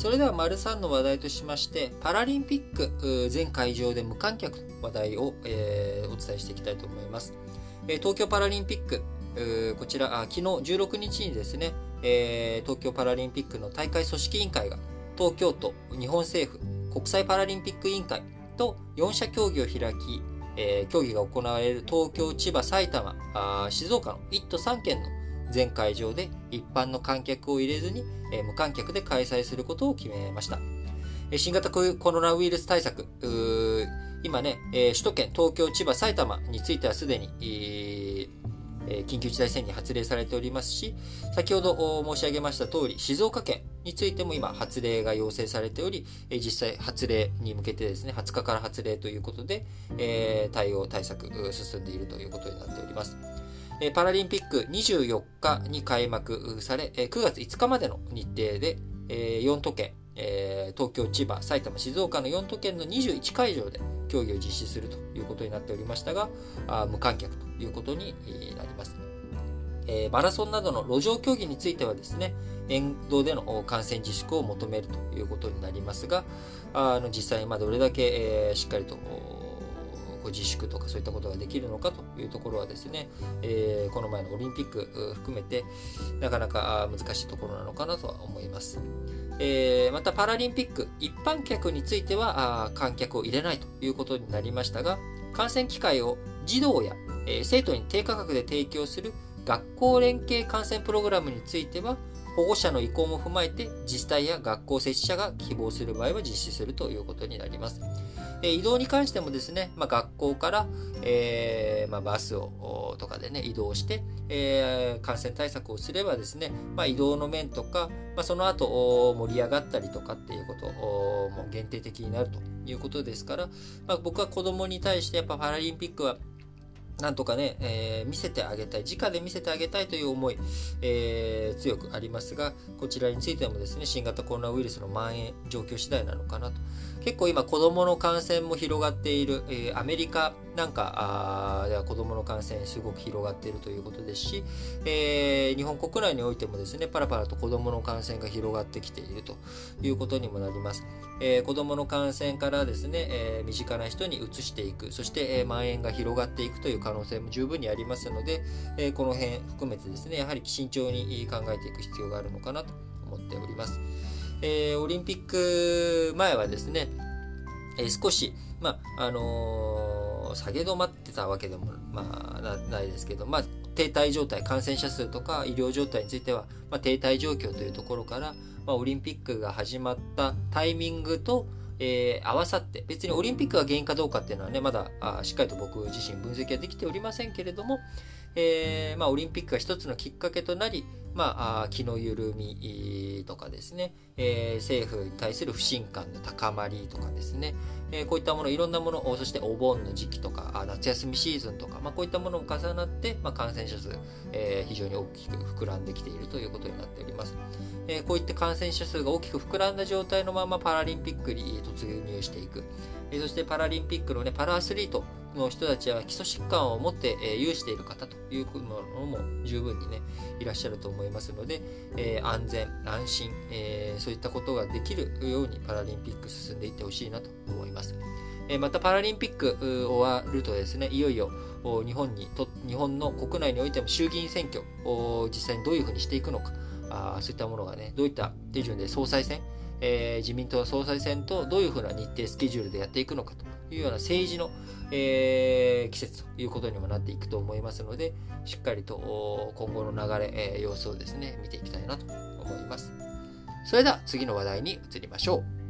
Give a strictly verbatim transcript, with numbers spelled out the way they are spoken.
それでは丸さんの話題としまして、パラリンピック全会場で無観客の話題を、えー、お伝えしていきたいと思います。えー、東京パラリンピック、こちら昨日じゅうろくにちにですね、えー、東京パラリンピックの大会組織委員会が東京都、日本政府、国際パラリンピック委員会とよん社協議を開き、えー、競技が行われる東京、千葉、埼玉、あ静岡のいっ都さん県の全会場で一般の観客を入れずに、えー、無観客で開催することを決めました。えー、新型コロナウイルス対策、今ね、えー、首都圏、東京、千葉、埼玉についてはすでに、えーえー、緊急事態宣言発令されておりますし、先ほど申し上げました通り、静岡県についても今発令が要請されており、えー、実際発令に向けてですね、はつかから発令ということで、えー、対応対策進んでいるということになっております。パラリンピックにじゅうよっかに開幕され、くがついつかまでの日程でよん都県、東京、千葉、埼玉、静岡のよん都県のにじゅういち会場で競技を実施するということになっておりましたが、無観客ということになります。マラソンなどの路上競技についてはですね、沿道での観戦自粛を求めるということになりますが、あの実際にどれだけしっかりと自粛とかそういったことができるのかというところはですね、えー、この前のオリンピック含めてなかなか難しいところなのかなとは思います。えー、またパラリンピック一般客については観客を入れないということになりましたが、観戦機会を児童や、えー、生徒に低価格で提供する学校連携観戦プログラムについては保護者の意向も踏まえて自治体や学校設置者が希望する場合は実施するということになります。移動に関してもですね、まあ、学校から、えーまあ、バスをとかでね移動して、えー、感染対策をすればですね、まあ、移動の面とか、まあ、その後盛り上がったりとかっていうことも限定的になるということですから、まあ、僕は子供に対してやっぱパラリンピックはなんとかね、えー、見せてあげたい、直で見せてあげたいという思い、えー、強くありますが、こちらについてもですね、新型コロナウイルスの蔓延状況次第なのかなと。結構今子供の感染も広がっている、えー、アメリカなんかでは子供の感染すごく広がっているということですし、えー、日本国内においてもですね、パラパラと子供の感染が広がってきているということにもなります。えー、子供の感染からですね、えー、身近な人に移していく、そして、えー、蔓延が広がっていくという可能性も十分にありますので、えー、この辺含めてですね、やはり慎重に考えていく必要があるのかなと思っております。えー、オリンピック前はですね、えー、少し、まああのー、下げ止まってたわけでも、まあ、な, ないですけど、まあ、停滞状態、感染者数とか医療状態については、まあ、停滞状況というところから、まあ、オリンピックが始まったタイミングと、えー、合わさって、別にオリンピックが原因かどうかっていうのはね、まだあしっかりと僕自身分析はできておりませんけれども、えーまあ、オリンピックが一つのきっかけとなり、まあ、気の緩みとかですね、えー、政府に対する不信感の高まりとかですね、えー、こういったもの、いろんなもの、そしてお盆の時期とか、夏休みシーズンとか、まあ、こういったものも重なって、まあ、感染者数、えー、非常に大きく膨らんできているということになっております。えー、こういった感染者数が大きく膨らんだ状態のままパラリンピックに突入していく。えー、そしてパラリンピックのね、パラアスリートの人たちは基礎疾患を持って、えー、有している方というのも十分にね、いらっしゃると思いますので、えー、安全、安心、えー、そういったことができるようにパラリンピック進んでいってほしいなと思います。えー、またパラリンピック終わるとですね、いよいよ日本にと日本の国内においても衆議院選挙を実際にどういうふうにしていくのか、あそういったものがね、どういった手順で総裁選、えー、自民党総裁選とどういうふうな日程スケジュールでやっていくのかというような政治の、えー、季節ということにもなっていくと思いますので、しっかりと今後の流れ、えー、様子をですね見ていきたいなと思います。それでは次の話題に移りましょう。